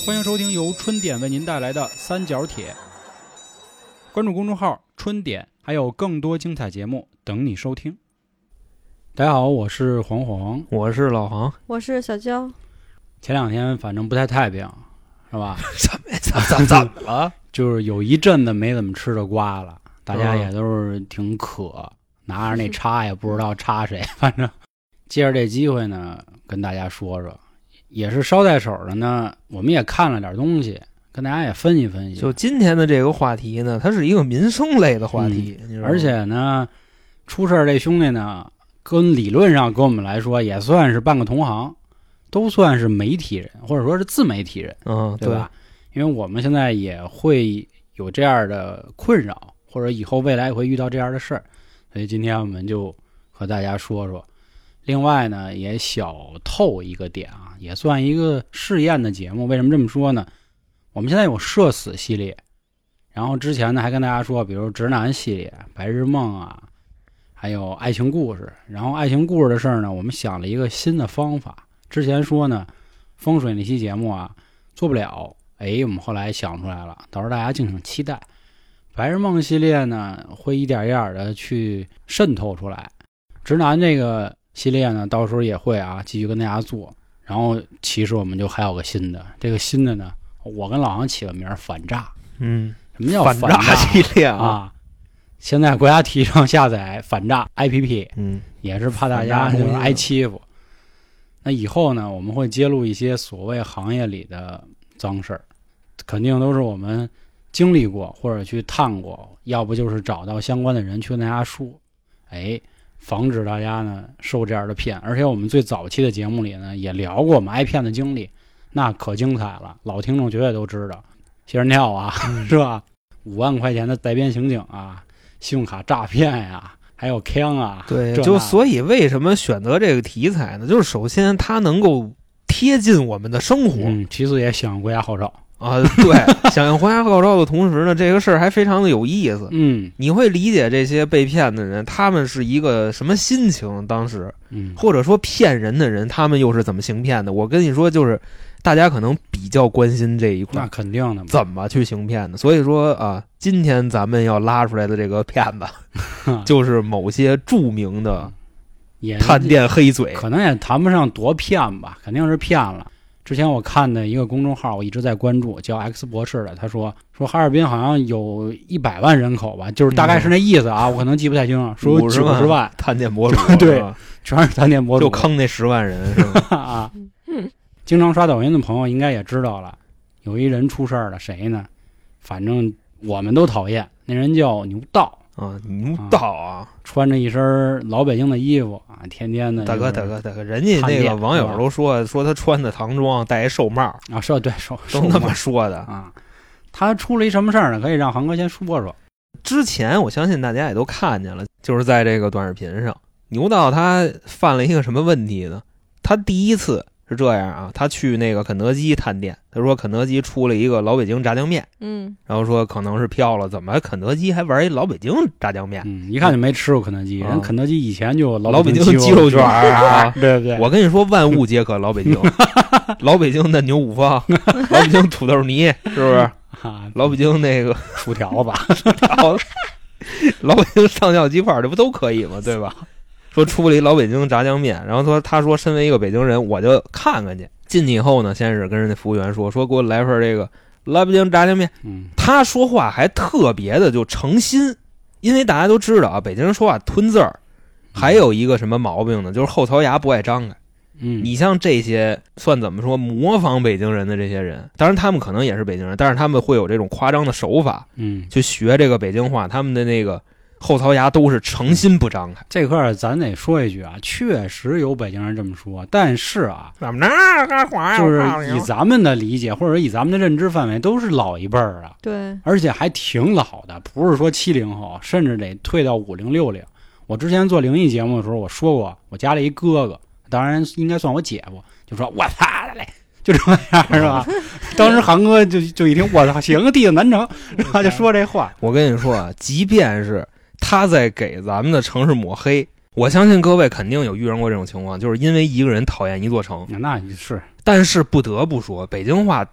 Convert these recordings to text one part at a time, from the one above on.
欢迎收听由春点为您带来的三角铁，关注公众号春点，还有更多精彩节目等你收听。大家好，我是黄黄， 我是老黄， 我是小娇。 前两天反正不太太平，是吧？ 怎么了？ 就是有一阵子没怎么吃着瓜了，大家也都是挺渴，拿着那叉也不知道叉谁，反正借着这机会呢，跟大家说说，也是捎带手的呢，我们也看了点东西，跟大家也分析分析。 就今天的这个话题呢，它是一个民生类的话题， 而且呢，出事这兄弟呢，跟理论上跟我们来说也算是半个同行，都算是媒体人或者说是自媒体人，对吧？因为我们现在也会有这样的困扰，或者以后未来也会遇到这样的事儿，所以今天我们就和大家说说。另外呢，也小透一个点啊，也算一个试验的节目。为什么这么说呢？我们现在有社死系列，然后之前呢还跟大家说，比如直男系列、白日梦啊，还有爱情故事。然后爱情故事的事儿呢，我们想了一个新的方法。之前说呢，风水那期节目啊做不了，我们后来想出来了，到时候大家敬请期待。白日梦系列呢，会一点一点的去渗透出来。直男这个系列呢，到时候也会继续跟大家做。然后其实我们就还有个新的，这个新的呢，我跟老航起个名反诈。什么叫反诈系列啊？ 现在国家提倡下载反诈 APP，也是怕大家就是挨欺负。那以后呢，我们会揭露一些所谓行业里的脏事儿，肯定都是我们经历过或者去探过，要不就是找到相关的人去跟大家说，防止大家呢受这样的骗。而且我们最早期的节目里呢也聊过我们挨骗的经历，那可精彩了，老听众绝对都知道，仙人跳啊，是吧？5万块钱的在编刑警啊，信用卡诈骗呀，还有坑啊。 对，就所以为什么选择这个题材呢？就是首先它能够贴近我们的生活， 其次也响应国家号召啊，对，响应国家号召的同时呢，这个事儿还非常的有意思。你会理解这些被骗的人，他们是一个什么心情当时，或者说骗人的人，他们又是怎么行骗的？我跟你说，就是大家可能比较关心这一块， 那肯定的， 怎么去行骗的？所以说啊，今天咱们要拉出来的这个骗子，就是某些著名的探店黑嘴， 可能也谈不上多骗吧，肯定是骗了。之前我看的一个公众号，我一直在关注，叫 X 博士的，他说哈尔滨好像有100万人口吧，就是大概是那意思啊，我可能记不太清了，说有90万探店博主， 对，全是探店博主， 就坑那10万人是吧？ 经常刷抖音的朋友应该也知道了，有一人出事了，谁呢？反正我们都讨厌，那人叫牛道啊，牛道啊， 穿着一身老北京的衣服啊，天天的。 大哥，人家那个网友都说他穿的唐装，戴一寿帽啊，对， 都那么说的啊。他出了一什么事儿呢？可以让航哥先说说。 之前我相信大家也都看见了，就是在这个短视频上，牛道他犯了一个什么问题呢？他第一次是这样啊，他去那个肯德基探店，他说肯德基出了一个老北京炸酱面，然后说可能是飘了，怎么肯德基还玩一老北京炸酱面？ 一看就没吃过肯德基，人肯德基以前就有老北京鸡肉卷啊， 对不对？ 我跟你说，万物皆可老北京，老北京嫩牛五方，老北京土豆泥，是不是？老北京那个薯条子， 老北京上校鸡块，这不都可以吗？对吧？说出了一老北京炸酱面，然后他说身为一个北京人，我就看看去。进去以后呢，先是跟人家服务员说给我来份这个老北京炸酱面。他说话还特别的就诚心，因为大家都知道啊，北京人说话吞字儿，还有一个什么毛病呢？就是后槽牙不爱张开。你像这些算怎么说模仿北京人的这些人，当然他们可能也是北京人，但是他们会有这种夸张的手法，去学这个北京话，他们的那个后槽牙都是诚心不张开。 这块咱得说一句啊，确实有北京人这么说，但是啊，就是以咱们的理解或者以咱们的认知范围，都是老一辈儿的， 对， 而且还挺老的，不是说70后，甚至得退到50、60。我之前做灵异节目的时候，我说过，我家里一哥哥，当然应该算我姐夫，就说我操嘞，就这样是吧？当时航哥就一听我操，行，弟子难成，然后就说这话。 我跟你说啊，即便是他在给咱们的城市抹黑，我相信各位肯定有遇上过这种情况，就是因为一个人讨厌一座城。 那是， 但是不得不说，北京话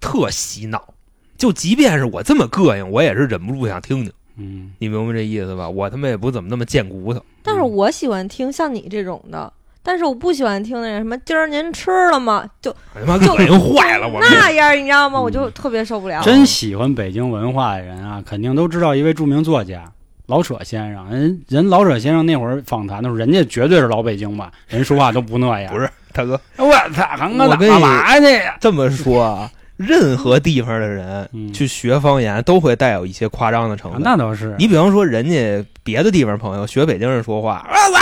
特洗脑，就即便是我这么膈应，我也是忍不住想听听。你明白这意思吧？我他妈也不怎么那么贱骨头， 但是我喜欢听像你这种的。但是我不喜欢听那什么今儿您吃了吗？就他妈恶心坏了我那样，你知道吗？我就特别受不了。 真喜欢北京文化的人啊，肯定都知道一位著名作家老舍先生。人老舍先生那会儿访谈的时候，人家绝对是老北京吧，人说话都不那样。 不是大哥， 我操，我干嘛去呀？ 这么说啊，任何地方的人去学方言都会带有一些夸张的成分。 那倒是。 你比方说，人家别的地方朋友学北京人说话，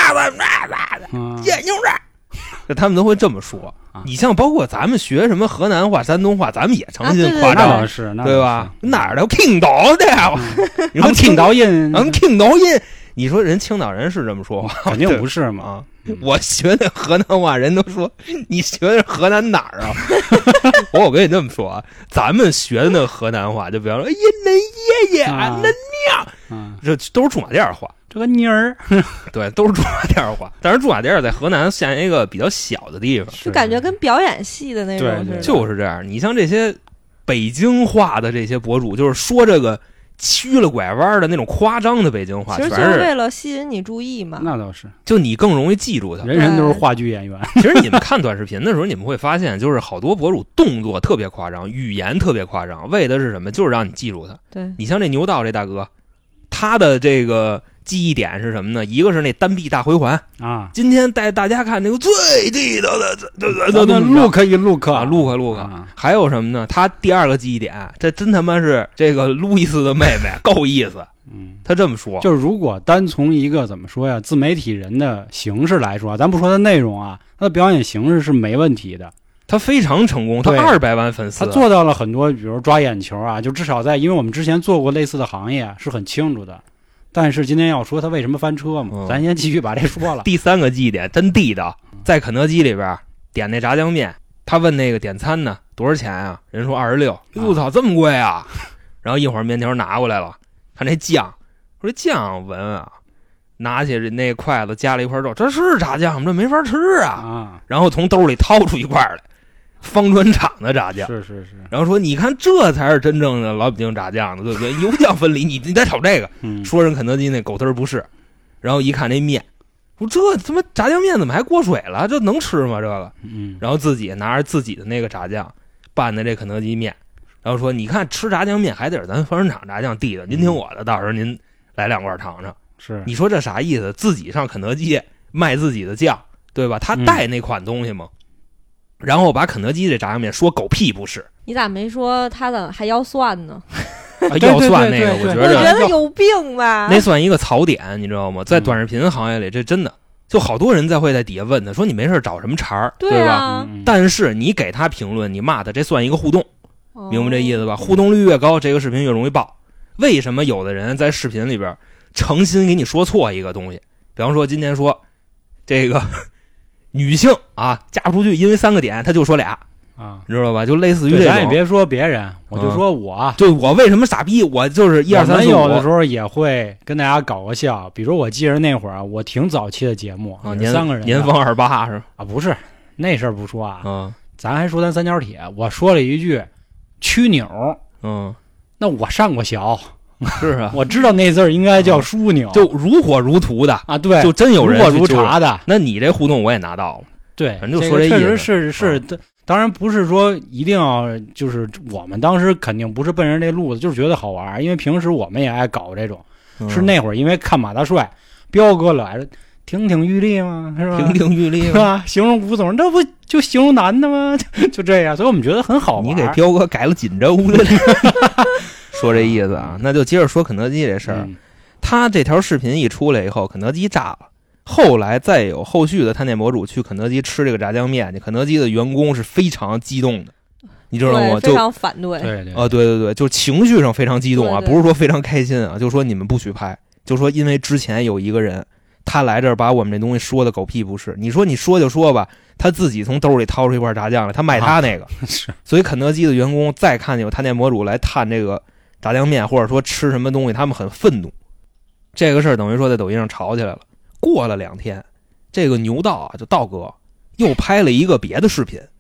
他们都会这么说。你像包括咱们学什么河南话、山东话，咱们也诚心夸张， 那倒是， 对吧？哪儿的青岛的呀？你说青岛音， 青岛音，你说人青岛人是这么说话？ 肯定不是嘛。 我学的河南话，人都说你学的是河南哪儿啊？我跟你这么说啊，咱们学的那河南话，就比方说，哎呀，恁爷爷，恁娘，这都是驻马店话。 这个妮儿， 对，都是驻马店话。但是驻马店在河南像一个比较小的地方， 就感觉跟表演系的那种似的。 就是这样。你像这些北京话的这些博主，就是说这个曲了拐弯的那种夸张的北京话， 其实就是为了吸引你注意嘛。 那倒是， 就你更容易记住它。 人人都是话剧演员。 其实你们看短视频的时候，你们会发现，就是好多博主动作特别夸张，语言特别夸张，为的是什么？就是让你记住它。 对， 你像这牛道这大哥，他的这个记忆点是什么呢？一个是那单臂大回环啊， 今天带大家看那个最地道的 look， 还有什么呢？他第二个记忆点，这真他妈是这个路易斯的妹妹，够意思。他这么说， 就是如果单从一个怎么说呀，自媒体人的形式来说，咱不说他内容啊，他的表演形式是没问题的。 他非常成功，他200万粉丝， 他做到了很多，比如抓眼球啊，就至少在，因为我们之前做过类似的行业，是很清楚的。但是今天要说他为什么翻车嘛，咱先继续把这说了。 第三个记忆点真地道，在肯德基里边点那炸酱面，他问那个点餐呢多少钱啊？人说26，我操，这么贵啊！然后一会儿面条拿过来了，看那酱，说这酱闻啊，拿起那筷子夹了一块肉，这是炸酱吗？这没法吃啊！然后从兜里掏出一块来。方砖厂的炸酱是， 然后说你看这才是真正的老北京炸酱的，对不对？油酱分离，你再炒这个，说人肯德基那狗嘚不是，然后一看那面，说这他妈炸酱面怎么还过水了？这能吃吗？这个，然后自己拿着自己的那个炸酱拌的这肯德基面，然后说你看吃炸酱面还得是咱方砖厂炸酱递的，您听我的，到时候您来2罐尝尝。 是， 你说这啥意思？自己上肯德基卖自己的酱，对吧？他带那款东西吗？然后把肯德基这炸酱面说狗屁不是， 你咋没说他怎么还要蒜呢？ 要蒜那个，我觉得有病吧？ 那算一个槽点，你知道吗？在短视频行业里，这真的就好多人会在底下问他，说你没事找什么茬儿，对吧？但是你给他评论，你骂他，这算一个互动，明白这意思吧？互动率越高，这个视频越容易爆。为什么有的人在视频里边诚心给你说错一个东西？比方说今天说这个。女性啊，嫁不出去，因为3个点，他就说俩啊， 你知道吧？就类似于这种。 咱也别说别人，我就说我， 就我为什么傻逼？我就是1、2、3、4、5。我们有的时候也会跟大家搞个笑，比如我记着那会儿啊，我挺早期的节目啊，3个人， 年方28是啊，不是那事儿不说啊，咱还说咱三角铁，我说了一句曲钮，那我上过学。 是啊， 我知道那字儿应该叫枢纽， 就如火如荼的啊，对， 就真有人如火如茶的。 那你这互动我也拿到了， 对， 反正就说这意思。 确实是，当然不是说一定要，就是我们当时肯定不是奔着这路子，就是觉得好玩，因为平时我们也爱搞这种。是那会儿因为看马大帅，彪哥来了，亭亭玉立吗？是吧？ 亭亭玉立是吧？形容吴总，这不就形容男的吗？就这样，所以我们觉得很好玩。 你给彪哥改了锦州的。说这意思啊，那就接着说肯德基这事儿。他这条视频一出来以后，肯德基炸了。后来再有后续的探店博主去肯德基吃这个炸酱面，肯德基的员工是非常激动的，你知道吗？ 非常反对。 对，就情绪上非常激动啊，不是说非常开心啊，就说你们不许拍，就说因为之前有一个人他来这儿把我们这东西说的狗屁不是。你说你说就说吧，他自己从兜里掏出一块炸酱来，他卖他那个。 是， 所以肯德基的员工再看见有探店博主来探这个炸酱面，或者说吃什么东西，他们很愤怒。这个事儿等于说在抖音上吵起来了。过了2天，这个牛道啊，就道哥又拍了一个别的视频，他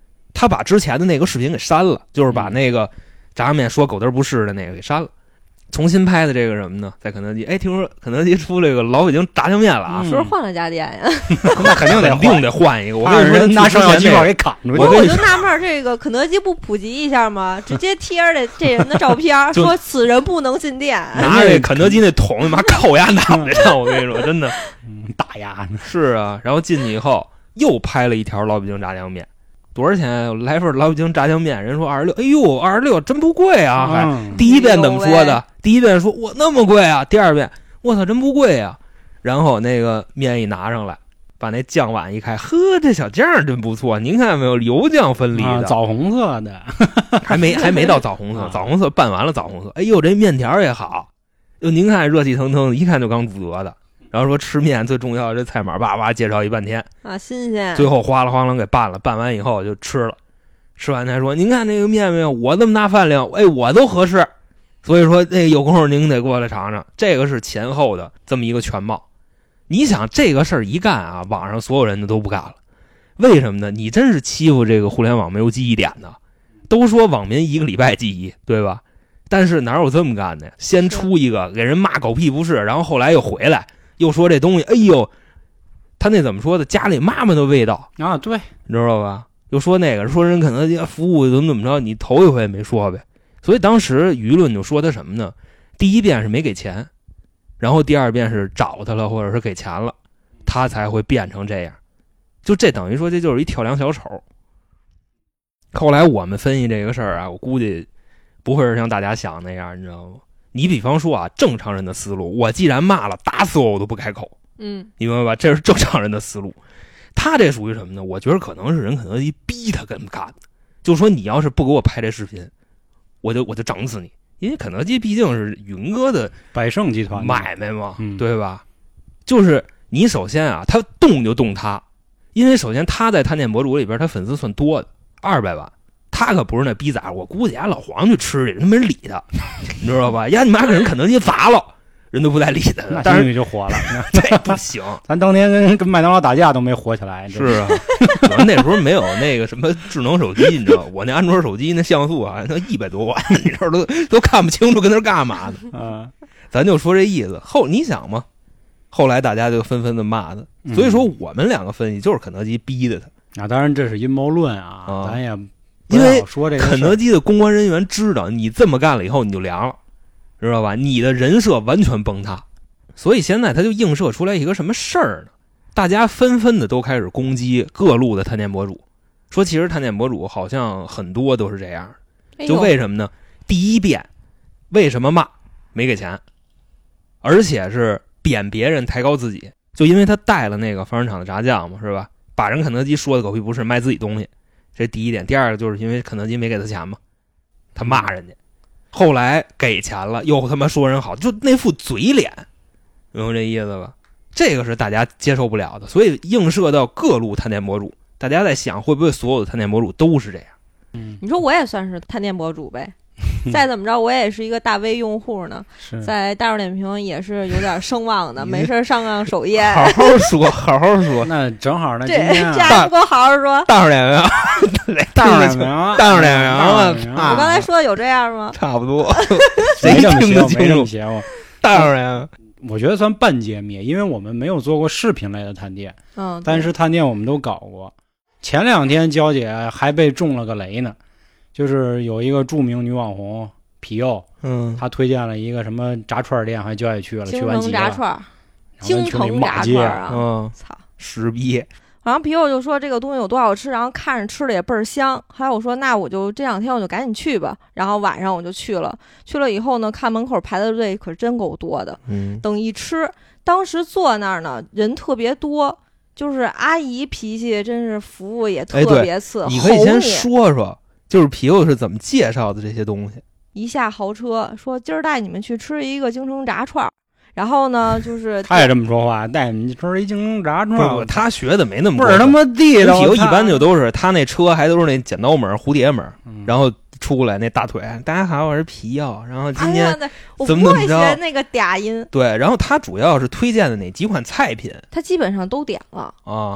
他把之前的那个视频给删了，就是把那个炸酱面说狗嘚不是的那个给删了，重新拍的这个什么呢？在肯德基，听说肯德基出这个老北京炸酱面了啊！ 是不是换了家店呀？ 那肯定得换一个。我跟你说， 拿上小鸡块给砍出去。 我就纳闷，这个肯德基不普及一下吗？直接贴着这人的照片，说此人不能进店， 拿着肯德基那桶，妈扣牙脑袋上！我跟你说，真的， 打压是啊。然后进去以后，又拍了一条老北京炸酱面。多少钱？来份老北京炸酱面，人说26，哎呦，26真不贵啊！还第一遍怎么说的？第一遍说我那么贵啊，第二遍我操真不贵啊。然后那个面一拿上来，把那酱碗一开，呵，这小酱真不错，您看没有，油酱分离的， 枣红色的， 还没到枣红色，枣红色拌完了枣红色。哎呦，这面条也好，哟，您看热气腾腾的，一看就刚煮得的。然后说吃面最重要的这菜码叭叭介绍一半天啊，新鲜。 最后哗啦哗啦给拌了，拌完以后就吃了。吃完才说：“您看那个面没有？我这么大饭量，哎，我都合适。所以说，那有功夫您得过来尝尝。这个是前后的这么一个全貌。你想这个事儿一干啊，网上所有人都不干了。为什么呢？你真是欺负这个互联网没有记忆点的。都说网民1个礼拜记忆，对吧？但是哪有这么干的呀？先出一个给人骂狗屁不是，然后后来又回来。”又说这东西，哎呦，他那怎么说的？家里妈妈的味道啊，对， 你知道吧？又说那个，说人肯德基服务怎么着，你头一回没说呗。所以当时舆论就说他什么呢？第一遍是没给钱，然后第二遍是找他了，或者是给钱了，他才会变成这样。就这等于说这就是一跳梁小丑。后来我们分析这个事儿啊，我估计不会是像大家想那样，你知道吗？你比方说啊，正常人的思路，我既然骂了，打死我都不开口。你明白吧？这是正常人的思路。他这属于什么呢？我觉得可能是人肯德基逼他跟干的，就说你要是不给我拍这视频，我就整死你。因为肯德基毕竟是云哥的百胜集团买卖嘛，对吧？就是你首先啊，他动就动他，因为首先他在探店博主里边，他粉丝算多的，200万。他可不是那逼崽，我估计老黄去吃去，他没人理他，你知道吧？你妈给人肯德基砸了，人都不带理他的。 但是就火了， 这不行。 咱当年跟麦当劳打架都没火起来。 是啊，我那时候没有那个什么智能手机，你知道，我那安卓手机那像素啊，那100多万，你知道都看不清楚跟那干嘛呢。咱就说这意思。你想嘛，后来大家就纷纷的骂他，所以说我们两个分析就是肯德基逼的他。 当然这是阴谋论啊，咱也。 因为肯德基的公关人员知道你这么干了以后你就凉了，知道吧？你的人设完全崩塌，所以现在他就映射出来一个什么事儿呢？大家纷纷的都开始攻击各路的探店博主，说其实探店博主好像很多都是这样，就为什么呢？第一遍为什么骂？没给钱，而且是贬别人抬高自己，就因为他带了那个房产厂的炸酱嘛，是吧？把人肯德基说的狗屁不是，卖自己东西。这第一点。第二个就是因为肯德基没给他钱嘛，他骂人家。后来给钱了，又他妈说人好，就那副嘴脸，明白这意思吧？这个是大家接受不了的，所以映射到各路探店博主，大家在想会不会所有的探店博主都是这样？ 你说我也算是探店博主呗，再怎么着我也是一个大 V 用户呢，在大众点评也是有点声望的，没事上上首页， 好好说，好好说。 那正好呢， 这还不够好好说。 大众点评，大众点评，大众点评， 我刚才说的有这样吗？ 差不多， 谁听得清楚？大众点评，我觉得算半揭秘，因为我们没有做过视频类的探店，但是探店我们都搞过。前2天娇姐还被中了个雷呢，就是有一个著名女网红皮佑，她推荐了一个什么炸串店，还娇姐去了，去完急了。 炸串，京城炸串啊！操， 实逼。 然后皮佑就说这个东西有多好吃，然后看着吃的也倍儿香。后来我说那我就这2天我就赶紧去吧。然后晚上我就去了以后呢，看门口排的队可真够多的。等一吃，当时坐那儿呢，人特别多。就是阿姨脾气真是服务也特别次， 你可以先说说，就是皮佑是怎么介绍的这些东西。 一下豪车说今儿带你们去吃一个京城炸串，然后呢就是他也这么说话，带你们去吃一京城炸串。 不，他学的没那么倍儿他妈地道。 皮佑一般就都是他那车还都是那剪刀门、蝴蝶门，然后出来那大腿，大家好，我是皮佑，然后今天怎么着那个嗲音。 对，然后他主要是推荐的哪几款菜品， 他基本上都点了啊。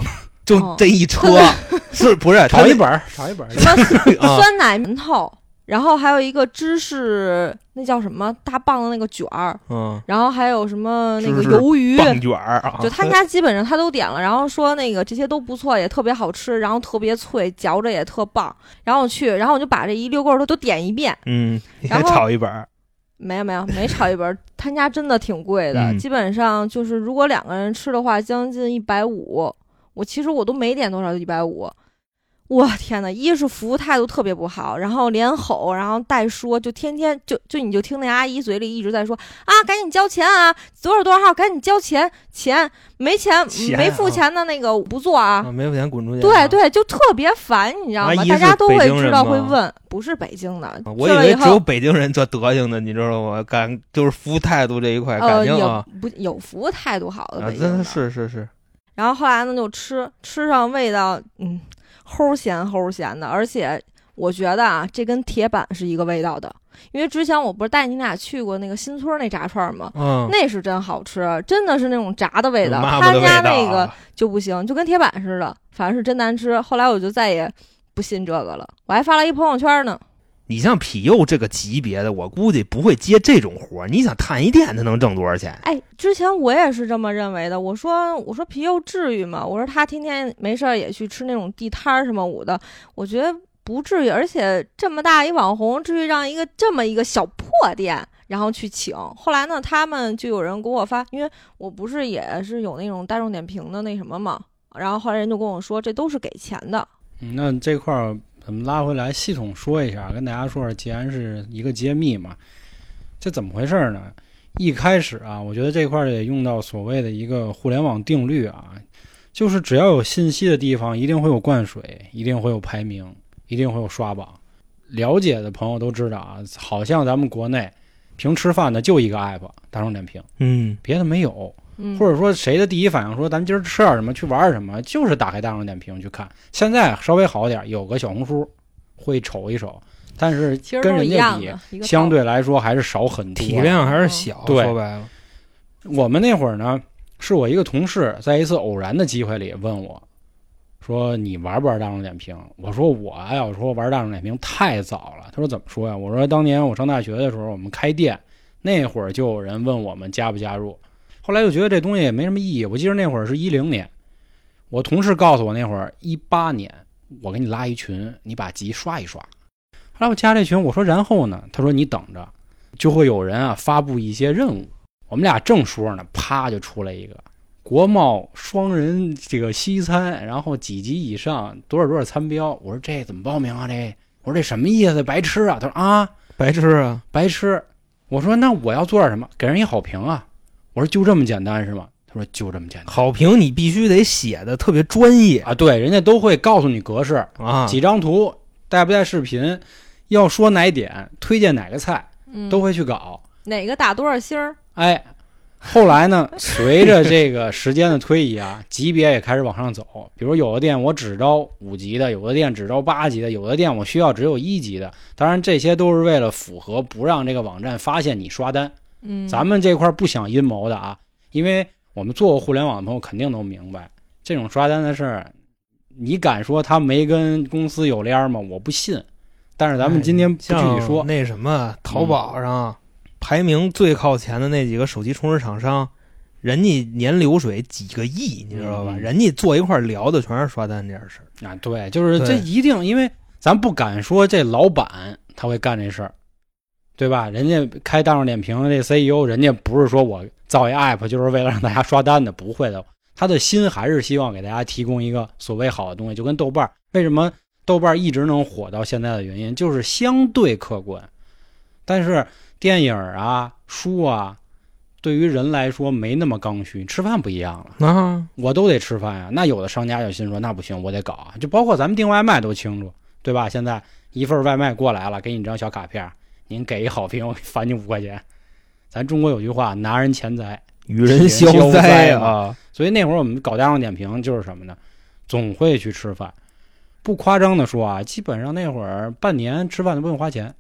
就这一车，是不是炒一本什么酸奶馒头，然后还有一个芝士，那叫什么大棒的那个卷儿，然后还有什么那个鱿鱼棒卷儿， 就他家基本上他都点了，然后说那个这些都不错，也特别好吃，然后特别脆，嚼着也特棒。然后我就把这一溜够都点一遍， 然后炒一本。 没炒一本，他家真的挺贵的，基本上就是如果2个人吃的话，将近150。其实我都没点多少，150。我天哪！一是服务态度特别不好，然后连吼，然后带说，就天天你就听那阿姨嘴里一直在说啊，赶紧交钱啊，多少号，赶紧交钱，没付钱的那个不做啊， 没付钱滚出去。 对，就特别烦，你知道吗？大家都会知道会问，不是北京的， 我以为只有北京人这德行的，你知道吗？就是服务态度这一块，感情啊， 有服务态度好的北京的， 是。 然后后来呢，就吃上味道，齁咸的，而且我觉得啊，这跟铁板是一个味道的，因为之前我不是带你俩去过那个新村那炸串吗？那是真好吃，真的是那种炸的味道，他家那个就不行，就跟铁板似的，反正是真难吃。后来我就再也不信这个了，我还发了一朋友圈呢。 你像皮佑这个级别的，我估计不会接这种活。你想探一店他能挣多少钱？ 之前我也是这么认为的。我说皮佑至于吗？我说他天天没事也去吃那种地摊什么舞的，我觉得不至于。而且这么大一网红，至于让这么一个小破店然后去请？后来呢，他们就有人给我发，因为我不是也是有那种大众点评的那什么嘛，然后后来人就跟我说，这都是给钱的。 那这块儿。咱们拉回来系统说一下，跟大家说，既然是一个揭秘嘛，这怎么回事呢？一开始啊，我觉得这块也用到所谓的一个互联网定律啊，就是只要有信息的地方，一定会有灌水，一定会有排名，一定会有刷榜。了解的朋友都知道啊，好像咱们国内凭吃饭的就一个 app 大众点评，别的没有。或者说谁的第一反应说咱们今儿吃点什么去玩什么，就是打开大众点评去看。现在稍微好点，有个小红书会瞅一瞅，但是跟人家比相对来说还是少很多， 体量还是小。 对， 说白了， 我们那会儿呢，是我一个同事在一次偶然的机会里问我说，你玩不玩大众点评？我说我说玩大众点评太早了。他说怎么说呀？我说当年我上大学的时候，我们开店那会儿就有人问我们加不加入。后来就觉得这东西也没什么意义。我记得那会儿是10年，我同事告诉我那会儿18年，我给你拉一群，你把级刷一刷。后来我加这群，我说然后呢？他说你等着，就会有人啊发布一些任务。我们俩正说呢，啪就出来一个国贸双人这个西餐，然后几级以上多少餐标。我说这怎么报名啊？我说这什么意思？白吃啊？他说啊， 白吃啊， 白吃。我说那我要做点什么？给人一好评啊。我说就这么简单是吗？他说就这么简单。 好评你必须得写的特别专业啊，对，人家都会告诉你格式啊， 几张图，带不带视频，要说哪点，推荐哪个菜，都会去搞。 哪个打多少星儿？ 后来呢，随着这个时间的推移啊，级别也开始往上走。比如有的店我只招5级的，有的店只招8级的，有的店我需要只有1级的。当然这些都是为了符合不让这个网站发现你刷单。咱们这块不想阴谋的啊，因为我们做过互联网的朋友肯定都明白，这种刷单的事儿，你敢说他没跟公司有联吗？我不信。但是咱们今天不具体说， 那什么淘宝上排名最靠前的那几个手机充值厂商，人家年流水几个亿，你知道吧？人家坐一块聊的全是刷单这件事啊。对，就是这一定，因为咱不敢说这老板他会干这事儿。对吧？人家开大众点评的这 CEO， 人家不是说我造一 app 就是为了让大家刷单的，不会的。他的心还是希望给大家提供一个所谓好的东西，就跟豆瓣，为什么豆瓣一直能火到现在的原因，就是相对客观。但是电影啊、书啊，对于人来说没那么刚需，吃饭不一样了我都得吃饭呀。那有的商家就心说，那不行，我得搞啊。就包括咱们订外卖都清楚，对吧？现在一份外卖过来了，给你张小卡片。您给一好评，我返你5块钱。咱中国有句话，拿人钱财， 与人消灾啊。 所以那会儿我们搞大众点评就是什么呢？总会去吃饭。不夸张的说啊，基本上那会儿半年吃饭都不用花钱。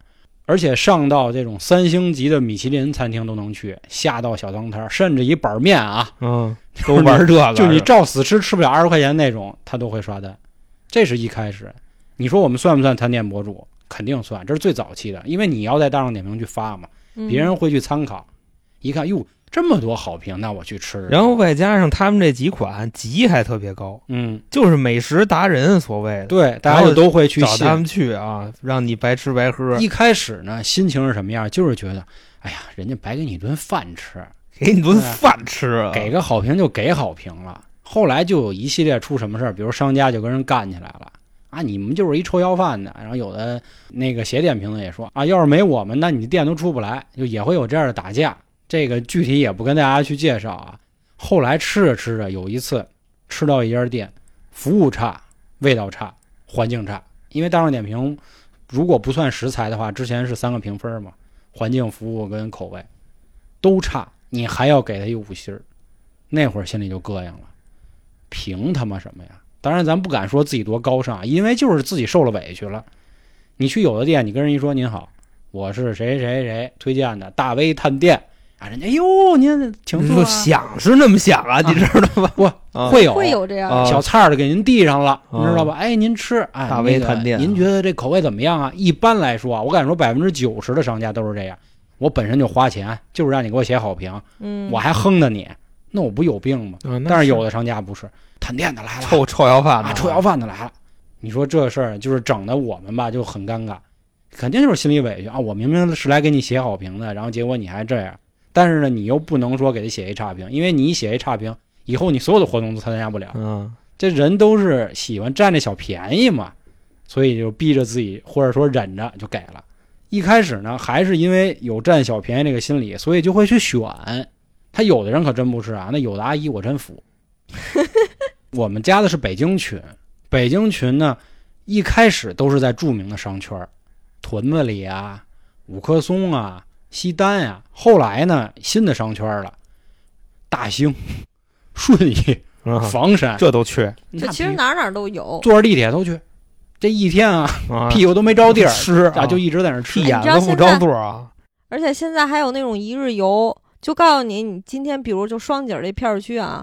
而且上到这种3星级的米其林餐厅都能去，下到小脏摊，甚至一板面啊， 都玩这个， 就你照死吃不了20块钱那种，他都会刷单。这是一开始。你说我们算不算探店博主？肯定算，这是最早期的，因为你要在大众点评去发嘛，别人会去参考，一看哟这么多好评，那我去吃。 然后外加上他们这几款级还特别高，就是美食达人所谓的， 对，大家就都会去找他们去啊，让你白吃白喝。 一开始呢，心情是什么样？就是觉得，哎呀，人家白给你顿饭吃， 给你顿饭吃啊， 给个好评就给好评了。后来就有一系列出什么事儿，比如商家就跟人干起来了。啊，你们就是一臭要饭的，然后有的那个写点评的也说啊，要是没我们，那你店都出不来，就也会有这样的打架。这个具体也不跟大家去介绍啊。后来吃着吃着，有一次吃到一家店，服务差，味道差，环境差。因为大众点评如果不算食材的话，之前是3个评分嘛，环境、服务跟口味都差，你还要给他一5星，那会儿心里就膈应了，凭他妈什么呀？当然咱不敢说自己多高尚，因为就是自己受了委屈了。你去有的店，你跟人一说您好，我是谁谁谁推荐的大威探店啊，人家哟您请坐、啊， 想是那么想啊，你知道吧？ 不会有这样小菜儿的给您递上了，你知道吧？哎，您吃，哎， 大威探店、 您觉得这口味怎么样啊？一般来说啊，我敢说90%的商家都是这样。我本身就花钱，就是让你给我写好评，我还哼着你，那我不有病吗？但是有的商家不是。探店的来了， 臭要饭的、 臭要饭的来了。你说这事儿就是整的我们吧就很尴尬，肯定就是心里委屈啊！我明明是来给你写好评的，然后结果你还这样。但是呢，你又不能说给他写一差评，因为你一写一差评，以后你所有的活动都参加不了。这人都是喜欢占这小便宜嘛，所以就逼着自己或者说忍着就给了。一开始呢，还是因为有占小便宜这个心理，所以就会去选。他有的人可真不是啊，那有的阿姨我真服。我们加的是北京群，北京群呢一开始都是在著名的商圈，屯子里啊、五棵松啊、西单啊，后来呢新的商圈了，大兴、顺义、房山， 这都去。 这其实哪都有， 坐着地铁都去。这一天啊，屁股都没着地儿吃啊，就一直在那吃， 眼都不着座啊。 而且现在还有那种一日游。就告诉你，你今天比如就双井这片区啊，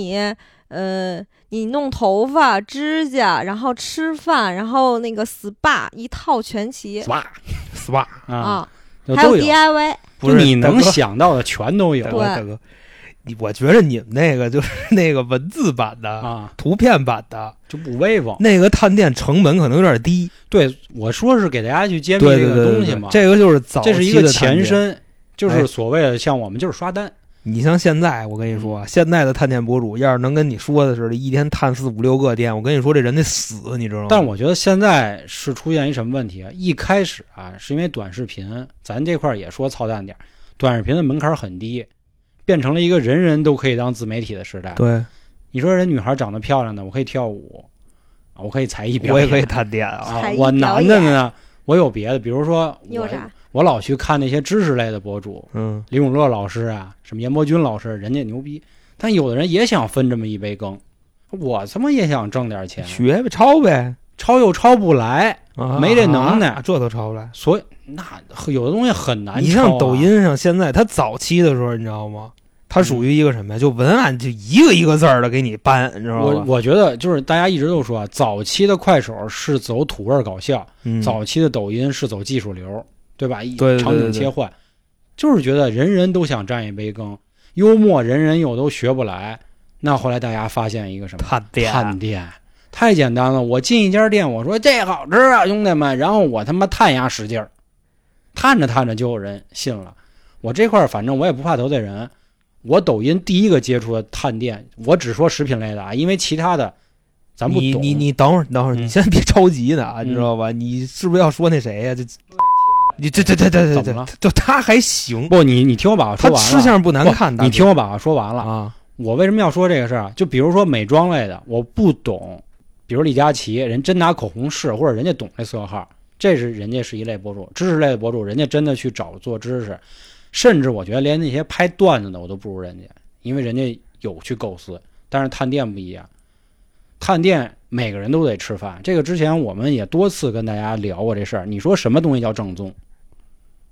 你弄头发、指甲，然后吃饭，然后那个 SPA 一套全齐 ，SPA 啊，还有 DIY， 不是你能想到的全都有。 大哥，我觉得你们那个就是那个文字版的啊， 图片版的就不威风。 那个探店成本可能有点低。 对，我说是给大家去揭秘这个东西嘛， 这个就是早期的， 这是一个前身。就是所谓的像我们就是刷单， 你像现在我跟你说，现在的探店博主要是能跟你说的似的，一天探4、5、6个店，我跟你说这人得死，你知道吗？ 但我觉得现在是出现一什么问题啊？一开始啊，是因为短视频，咱这块也说操蛋点，短视频的门槛很低，变成了一个人人都可以当自媒体的时代。 对， 你说人女孩长得漂亮的，我可以跳舞，我可以才艺表演， 我也可以探店啊。 我男的呢，我有别的，比如说你有啥？ 我老去看那些知识类的博主，李永乐老师啊，什么阎伯君老师，人家牛逼。但有的人也想分这么一杯羹，我他妈也想挣点钱， 学呗，抄呗， 抄又抄不来，没这能耐， 这都抄不来。 所以那有的东西很难抄。 你像抖音上现在，它早期的时候，你知道吗？它属于一个什么呀？就文案就一个一个字的给你搬，你知道吗？ 我觉得就是大家一直都说，早期的快手是走土味搞笑，早期的抖音是走技术流。对吧？ 对， 场景切换，就是觉得人人都想占一杯羹，幽默人人又都学不来。那后来大家发现一个什么？探店太简单了。我进一家店，我说这好吃啊，兄弟们，然后我他妈探呀使劲儿，探着探着就有人信了。我这块反正我也不怕得罪人。我抖音第一个接触的探店，我只说食品类的啊，因为其他的咱不懂。 你等会儿，你先别着急呢啊，你知道吧？你是不是要说那谁呀？你这就他还行不？你听我把话说完了。 他吃相不难看， 你听我把话说完了啊！ 我为什么要说这个事儿？就比如说美妆类的，我不懂，比如李佳琦，人真拿口红试，或者人家懂这色号，这是人家是一类博主。知识类的博主，人家真的去找做知识，甚至我觉得连那些拍段子的我都不如人家，因为人家有去构思。但是探店不一样，探店每个人都得吃饭。这个之前我们也多次跟大家聊过这事儿。你说什么东西叫正宗？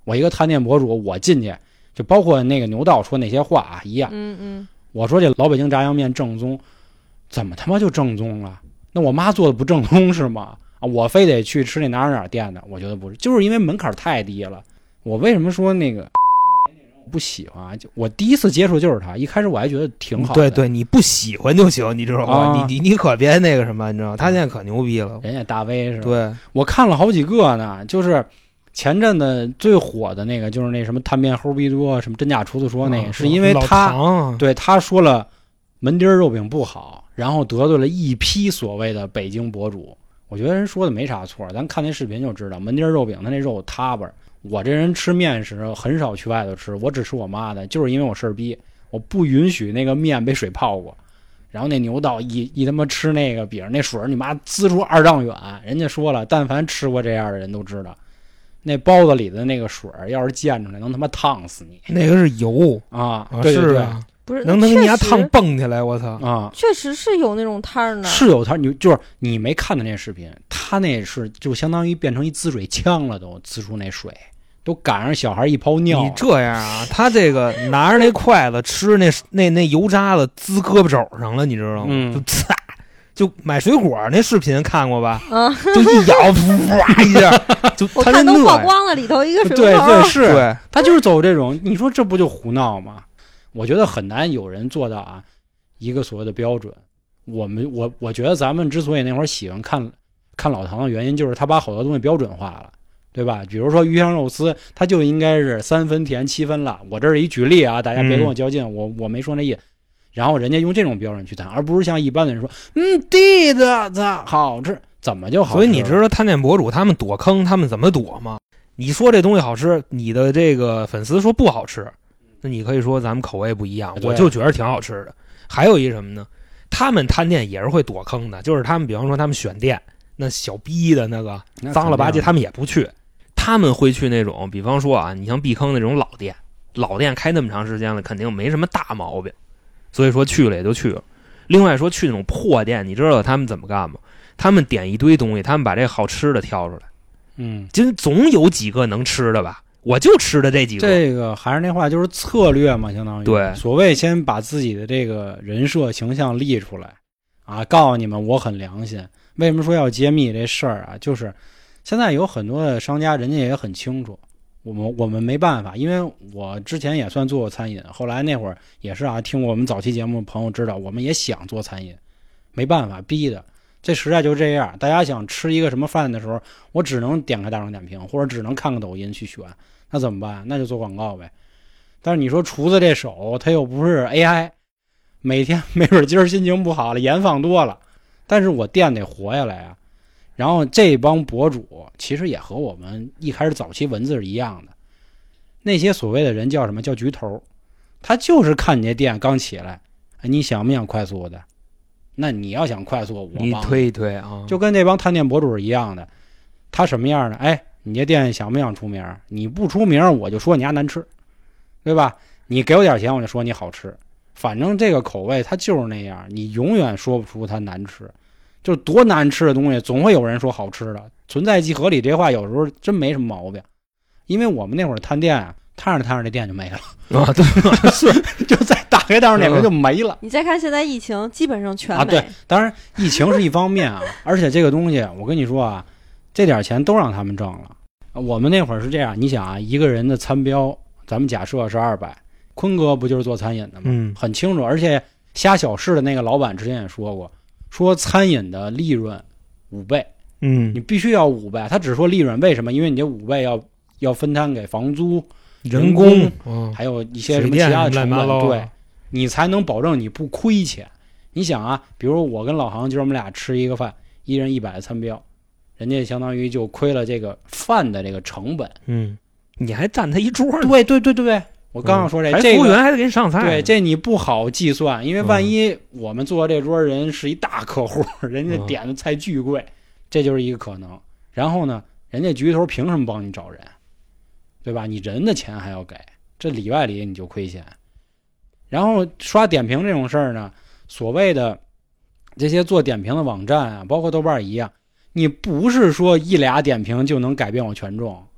我一个探店博主，我进去就包括那个牛道说那些话啊一样。我说这老北京炸酱面正宗，怎么他妈就正宗了？那我妈做的不正宗是吗？啊，我非得去吃那哪店的？我觉得不是，就是因为门槛太低了。我为什么说那个不喜欢啊？就我第一次接触就是他，一开始我还觉得挺好的。 对对，你不喜欢就行，你知道吗？你可别那个什么，你知道吗？他现在可牛逼了， 人家大 V 是吧？ 对， 我看了好几个呢，就是前阵子最火的那个，就是那什么探变齁逼多，什么真假厨子说那个，是因为他对他说了门钉肉饼不好，然后得罪了一批所谓的北京博主。我觉得人说的没啥错，咱看那视频就知道，门钉肉饼它那肉塌巴。我这人吃面食很少去外头吃，我只吃我妈的，就是因为我事儿逼，我不允许那个面被水泡过。然后那牛道一他妈吃那个饼，那水你妈滋出2丈远。人家说了，但凡吃过这样的人都知道，那包子里的那个水要是溅出来，能他妈烫死你。 那个是油啊，对对对， 不是能给你家烫蹦起来，我操啊！ 确实是有那种摊呢， 是有摊，你没看的那视频，他那是就相当于变成一滋水枪了，都滋出那水。都赶上小孩一泡尿。 你这样啊，他这个拿着那筷子吃那油渣子滋胳膊肘上了，你知道吗？就呲，就买水果那视频看过吧？就一咬，哇一下，就我看都曝光了里头一个水果。 对对是， 对， 他就是走这种。你说这不就胡闹吗？我觉得很难有人做到啊，一个所谓的标准。我觉得咱们之所以那会儿喜欢看老唐的原因，就是他把好多东西标准化了。对吧？比如说鱼香肉丝，它就应该是3分甜7分辣。我这是一举例啊，大家别跟我较劲，我没说那意思。然后人家用这种标准去谈，而不是像一般的人说，地的好吃，怎么就好吃？ 所以你知道探店博主他们躲坑，他们怎么躲吗？你说这东西好吃，你的这个粉丝说不好吃，那你可以说咱们口味不一样，我就觉得挺好吃的。还有一什么呢？他们探店也是会躲坑的，就是他们比方说他们选店，那小逼的那个脏了吧唧，他们也不去。他们会去那种，比方说啊，你像避坑那种老店开那么长时间了，肯定没什么大毛病，所以说去了也就去了。另外说去那种破店，你知道他们怎么干吗？他们点一堆东西，他们把这好吃的挑出来，就总有几个能吃的吧，我就吃的这几个。 这个还是那话，就是策略嘛，相当于对， 所谓先把自己的这个人设形象立出来啊，告诉你们我很良心。为什么说要揭秘这事儿啊？就是现在有很多的商家，人家也很清楚，我们没办法，因为我之前也算做过餐饮，后来那会儿也是啊，听我们早期节目的朋友知道，我们也想做餐饮，没办法逼的，这时代就这样。大家想吃一个什么饭的时候，我只能点开大众点评，或者只能看个抖音去选，那怎么办？那就做广告呗。但是你说厨子这手，他又不是 AI， 每天没准今儿心情不好了，盐放多了，但是我店得活下来啊。然后这帮博主其实也和我们一开始早期文字是一样的，那些所谓的人叫什么叫局头，他就是看你这店刚起来，你想不想快速的？那你要想快速，我帮你推一推啊， 就跟这帮探店博主是一样的。他什么样的？哎，你这店想不想出名？你不出名，我就说你家难吃，对吧？你给我点钱，我就说你好吃。反正这个口味它就是那样，你永远说不出它难吃。就多难吃的东西，总会有人说好吃的，存在即合理。这话有时候真没什么毛病，因为我们那会儿探店啊，探着这店就没了啊，对， 是就在打开大众点评就没了。 你再看现在疫情，基本上全没啊。对，当然疫情是一方面啊，而且这个东西我跟你说啊，这点钱都让他们挣了。我们那会儿是这样，你想啊，一个人的餐标，咱们假设是200，坤哥不就是做餐饮的吗？很清楚，而且虾小市的那个老板之前也说过。说餐饮的利润5倍，你必须要5倍。他只说利润，为什么？因为你这5倍要分摊给房租、人工，还有一些什么其他的成本，对，你才能保证你不亏钱。你想啊，比如我跟老航今儿我们俩吃一个饭，一人100的餐标，人家相当于就亏了这个饭的这个成本。 你还占他一桌呢。 对。我刚刚说这服务员还得给你上菜， 对，这你不好计算，因为万一我们坐这桌人是一大客户，人家点的菜巨贵，这就是一个可能。然后呢，人家局头凭什么帮你找人，对吧？你人的钱还要给，这里外里你就亏钱。然后刷点评这种事儿呢，所谓的这些做点评的网站啊，包括豆瓣一样，你不是说1俩点评就能改变我权重。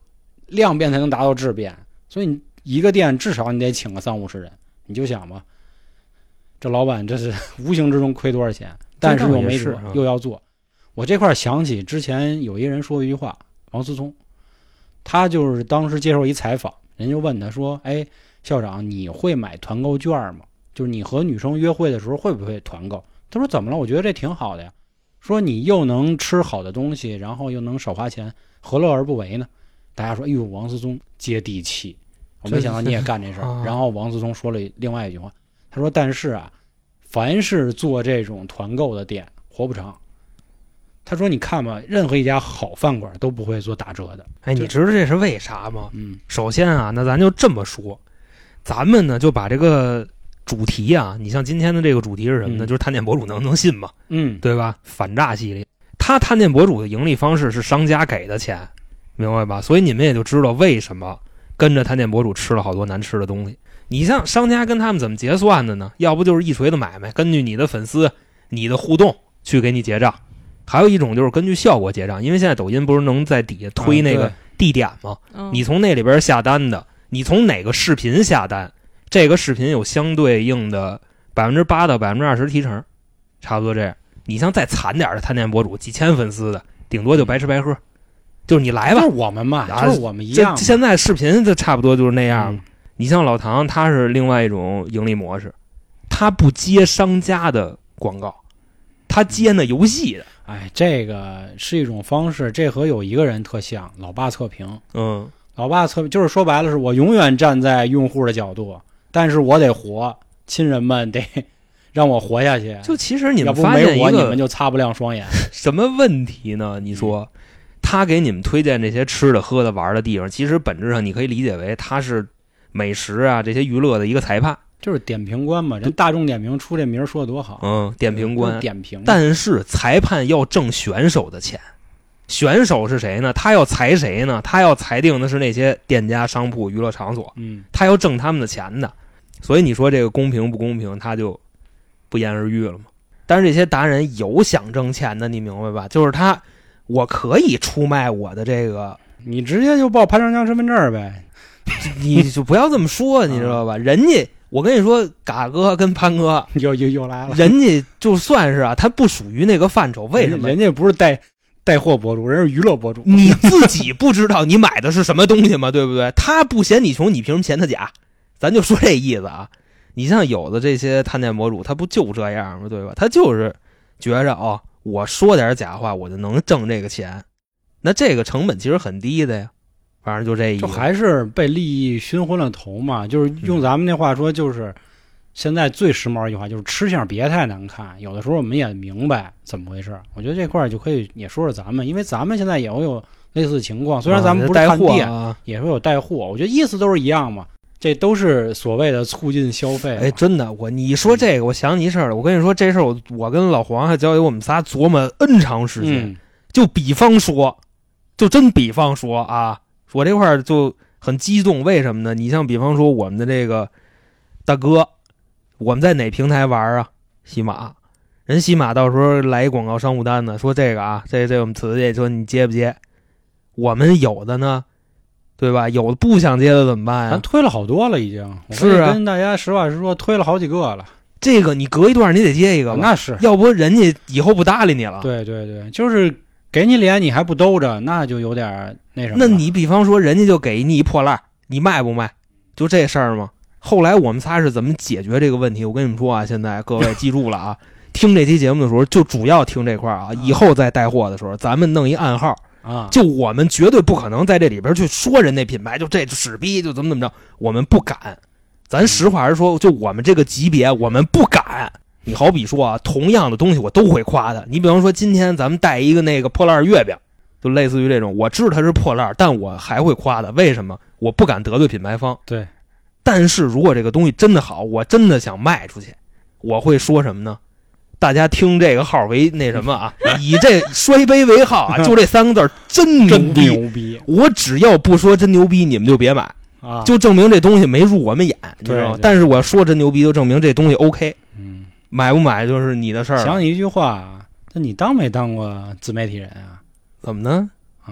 量变才能达到质变，所以你一个店至少你得请个30-50人，你就想吧，这老板这是无形之中亏多少钱，但是又没辙，又要做。我这块想起之前有一个人说一句话，王思聪，他就是当时接受一采访，人就问他说：“哎，校长，你会买团购券吗？就是你和女生约会的时候会不会团购？”他说：“怎么了？我觉得这挺好的呀。说你又能吃好的东西，然后又能少花钱，何乐而不为呢？”大家说：“哎呦，王思聪接地气。”我没想到你也干这事儿。然后王思聪说了另外一句话，他说：“但是啊，凡是做这种团购的店，活不长。”他说：“你看吧，任何一家好饭馆都不会做打折的。” 哎，你知道这是为啥吗？首先啊，那咱就这么说，咱们呢就把这个主题啊，你像今天的这个主题是什么呢？就是探店博主能信嘛，对吧？反诈系列，他探店博主的盈利方式是商家给的钱，明白吧？所以你们也就知道为什么跟着探店博主吃了好多难吃的东西。你像商家跟他们怎么结算的呢？要不就是一锤子买卖，根据你的粉丝、你的互动去给你结账。还有一种就是根据效果结账，因为现在抖音不是能在底下推那个地点吗？你从那里边下单的，你从哪个视频下单，这个视频有相对应的8%到20%提成，差不多这样。你像再惨点的探店博主，几千粉丝的，顶多就白吃白喝，就是你来吧， 就是我们嘛，就是我们一样。 现在视频就差不多就是那样。你像老唐，他是另外一种盈利模式，他不接商家的广告，他接那游戏的。 哎，这个是一种方式，这和有一个人特像，老爸测评。老爸测评就是说白了，是我永远站在用户的角度，但是我得活，亲人们得让我活下去。 就其实你们发现一个，你们就擦不亮双眼。 什么问题呢？你说，他给你们推荐这些吃的、喝的、玩的地方，其实本质上你可以理解为他是美食啊这些娱乐的一个裁判。 就是点评官嘛，人大众点评出这名说的多好。 点评官点评。 但是裁判要挣选手的钱，选手是谁呢？他要裁谁呢？他要裁定的是那些店家、商铺、娱乐场所。他要挣他们的钱的。所以你说这个公平不公平，他就不言而喻了嘛。但是这些达人有想挣钱的，你明白吧？就是我可以出卖我的这个， 你直接就报潘长江身份证呗， 你就不要这么说，你知道吧？人家。我跟你说，嘎哥跟潘哥又来了， 人家就算是啊，他不属于那个范畴。为什么？ 人家不是带货博主，人是娱乐博主。 你自己不知道你买的是什么东西吗？对不对？他不嫌你穷，你凭什么嫌他假？咱就说这意思啊。你像有的这些探店博主，他不就这样吗？对吧？他就是觉着我说点假话，我就能挣这个钱，那这个成本其实很低的呀。反正就这意思， 就还是被利益熏昏了头嘛。就是用咱们那话说，就是现在最时髦一句话，就是吃相别太难看。有的时候我们也明白怎么回事，我觉得这块就可以也说说咱们，因为咱们现在也会有类似的情况。虽然咱们不是探店，也会有带货，我觉得意思都是一样嘛。这都是所谓的促进消费。 哎，真的，你说这个，我想起一事儿了。我跟你说这事儿，我跟老黄还交给我们仨琢磨 N 长时间。就比方说啊。我这块就很激动，为什么呢？你像比方说我们的这个大哥，我们在哪平台玩啊？喜马，人喜马到时候来一广告商务单呢，说这个啊，这我们瓷器，说你接不接？我们有的呢，对吧？有的不想接的怎么办呀？ 咱推了好多了，已经。 是啊， 跟大家实话实说，推了好几个了。 这个你隔一段你得接一个吧？ 那是， 要不人家以后不搭理你了。 对对对，就是给你脸你还不兜着，那就有点那什么。 那你比方说人家就给你一破烂，你卖不卖？就这事儿吗？后来我们仨是怎么解决这个问题？我跟你们说啊，现在各位记住了啊，听这期节目的时候就主要听这块啊，以后再带货的时候，咱们弄一暗号啊，就我们绝对不可能在这里边去说人那品牌，就这屎逼就怎么着，我们不敢。咱实话实说，就我们这个级别，我们不敢。你好比说啊，同样的东西我都会夸的。你比方说今天咱们带一个那个破烂月饼，就类似于这种，我知道它是破烂，但我还会夸的。为什么？我不敢得罪品牌方。 对。 但是如果这个东西真的好，我真的想卖出去，我会说什么呢？大家听这个号为那什么啊，以这摔杯为号啊，就这三个字真牛逼。 我只要不说真牛逼，你们就别买啊， 就证明这东西没入我们眼，你知道吗？但是我说真牛逼，就证明这东西 OK。买不买就是你的事儿。 想起一句话，那你当没当过自媒体人啊？ 怎么呢？ 啊，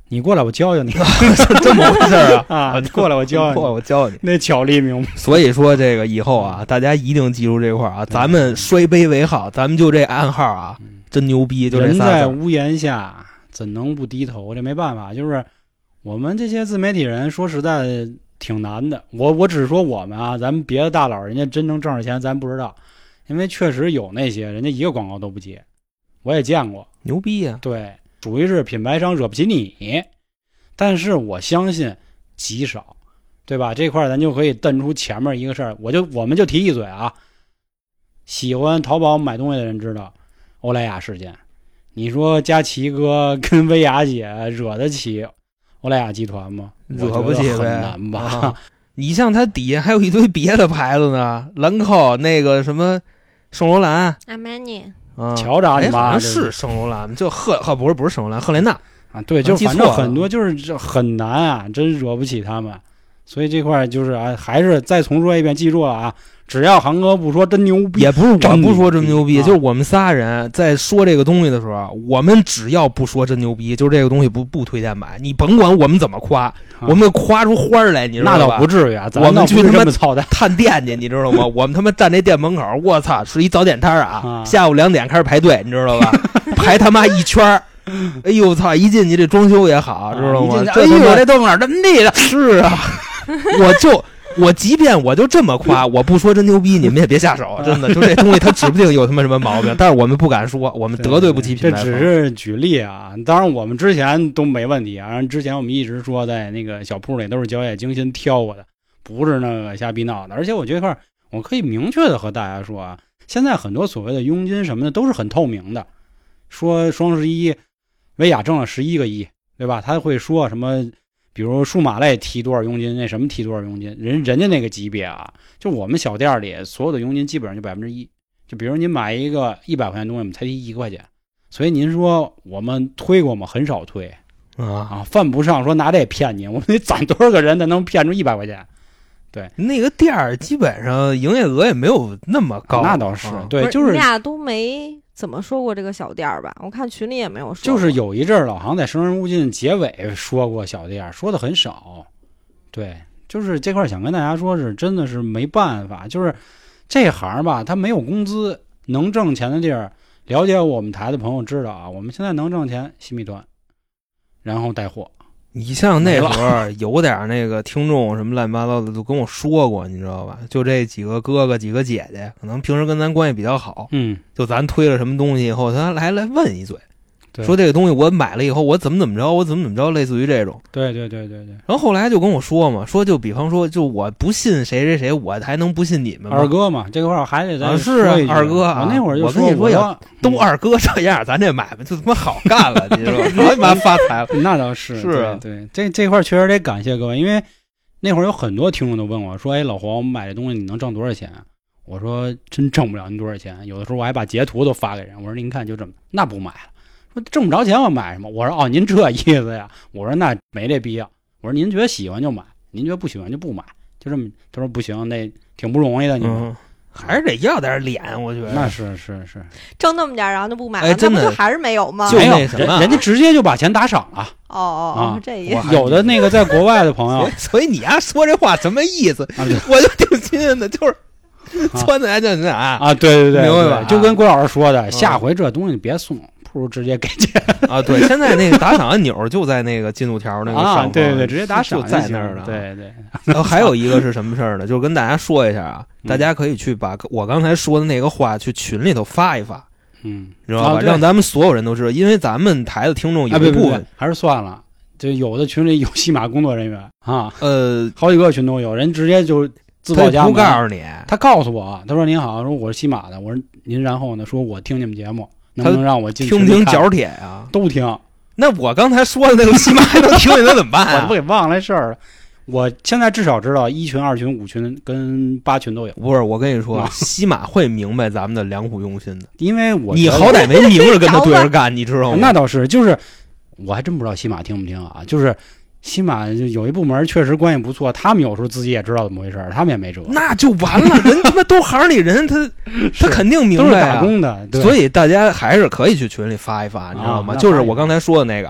你过来我教教你， 这么回事啊？ 啊，过来我教教你， 我教你， 那巧立名目。 所以说这个以后啊，大家一定记住这块啊，咱们摔杯为号，咱们就这暗号啊，真牛逼，就这人仨字。 在屋檐下，怎能不低头？这没办法，就是我们这些自媒体人，说实在的挺难的。我只是说我们啊，咱们别的大佬人家真正挣着钱，咱不知道，因为确实有那些人家一个广告都不接，我也见过， 牛逼呀、 对。属于是品牌商惹不起你，但是我相信极少，对吧？这块咱就可以瞪出前面一个事儿，我们就提一嘴啊。喜欢淘宝买东西的人知道欧莱雅事件，你说佳琪哥跟薇娅姐惹得起欧莱雅集团吗？ 惹不起呗， 很难吧？ 啊、你像它底下还有一堆别的牌子呢，兰蔻那个什么圣罗兰、 阿玛尼。 瞧着你妈， 好像是圣罗兰，就不是圣罗兰，赫莲娜啊，对，就反正很多就是很难啊，真惹不起他们。所以这块就是啊，还是再重说一遍，记住了啊，只要航哥不说真牛逼， 也不是我不说真牛逼，就是我们仨人在说这个东西的时候，我们只要不说真牛逼，就是这个东西不推荐买，你甭管我们怎么夸，我们夸出花来，你知道吧？ 那倒不至于啊， 我们去他妈操蛋探店去，你知道吗？我们他妈站那店门口，我操，是一早点摊啊，下午2点开始排队，你知道吧？排他妈一圈儿。哎呦操！一进去这装修也好，知道吗？ 哎呦，这豆腐脑这么地的， 是啊，我即便我就这么夸，我不说真牛逼，你们也别下手，真的，就这东西它指不定有他妈什么毛病，但是我们不敢说，我们得罪不起品牌。 这只是举例啊，当然我们之前都没问题啊，之前我们一直说在那个小铺里都是交业精心挑过的，不是那个瞎逼闹的。而且我觉得我可以明确的和大家说啊，现在很多所谓的佣金什么的都是很透明的，说双11薇娅挣了11个亿，对吧？他会说什么？比如数码类提多少佣金，那什么提多少佣金，人家那个级别啊，就我们小店里所有的佣金基本上就1%。就比如您买一个100块钱东西，我们才提1块钱。所以您说我们推过吗？很少推啊，犯不上说拿这骗你，我们得攒多少个人才能骗出100块钱？对， 那个店儿基本上营业额也没有那么高， 那倒是对，就是你俩都没怎么说过这个小店儿吧？我看群里也没有说。 就是有一阵儿老航在《生人勿近》结尾说过小店，说的很少。对，就是这块想跟大家说是真的是没办法，就是这行吧，他没有工资，能挣钱的地儿，了解我们台的朋友知道啊，我们现在能挣钱，新米团，然后带货。 你像那时候有点那个听众什么乱七八糟的都跟我说过，你知道吧？就这几个哥哥几个姐姐，可能平时跟咱关系比较好，就咱推了什么东西以后，他来问一嘴，说这个东西我买了以后我怎么着，我怎么着，类似于这种。 对。 然后后来就跟我说嘛，说就比方说，就我不信谁，我还能不信你们吗？ 二哥嘛，这块儿还得再是啊，二哥啊， 我那会儿就我跟你说要都二哥这样，咱这买卖就他妈好干了，你知道吗？他妈发财了。 那倒是， 是啊， 对，这块确实得感谢各位，因为那会儿有很多听众都问我说：“哎，老黄，我们买这东西你能挣多少钱？”我说：“真挣不了您多少钱。”有的时候我还把截图都发给人，我说：“您看就这么，那不买了。”说挣不着钱我买什么？我说：“哦，您这意思呀？”我说：“那没这必要。”我说：“您觉得喜欢就买，您觉得不喜欢就不买，就这么。”他说：“不行，那挺不容易的，你们。” 还是得要点脸，我觉得那是挣那么点，然后就不买了， 哎，真的那不就还是没有吗？ 就那什么， 人家直接就把钱打赏了。 这意思。 有的那个在国外的朋友， 所以你丫说这话什么意思？我就挺新鲜的，就是撺掇就那啊， 对， 明白吧？ 就跟郭老师说的，下回这东西别送，不如直接给钱啊。对，现在那个打赏按钮就在那个进度条那个上方， 对，直接打赏就在那儿了。 对。 然后还有一个是什么事儿呢？就是跟大家说一下啊，大家可以去把我刚才说的那个话去群里头发一发，知道吧？让咱们所有人都知道，因为咱们台的听众有一部分还是算了，就有的群里有西马工作人员啊，好几个群都有人直接就自报家门， 不告诉你， 他告诉我，他说您好，说我是西马的，我说您，然后呢，说我听你们节目，能不能让我进听不听角帖啊？ 都听。 那我刚才说的那个西马还能听见，那怎么办啊？ 我给忘了这事儿了。我现在至少知道1群、2群、5群跟8群都有。 不是，我跟你说，西马会明白咱们的良苦用心的， 因为你好歹没明着跟他对着干，你知道吗？ 那倒是，就是我还真不知道西马听不听啊。就是西马有一部门确实关系不错，他们有时候自己也知道怎么回事，他们也没辙。 那就完了，人他妈都行里人，他肯定明白啊， 都是打工的。 所以大家还是可以去群里发一发，你知道吗？就是我刚才说的那个啊。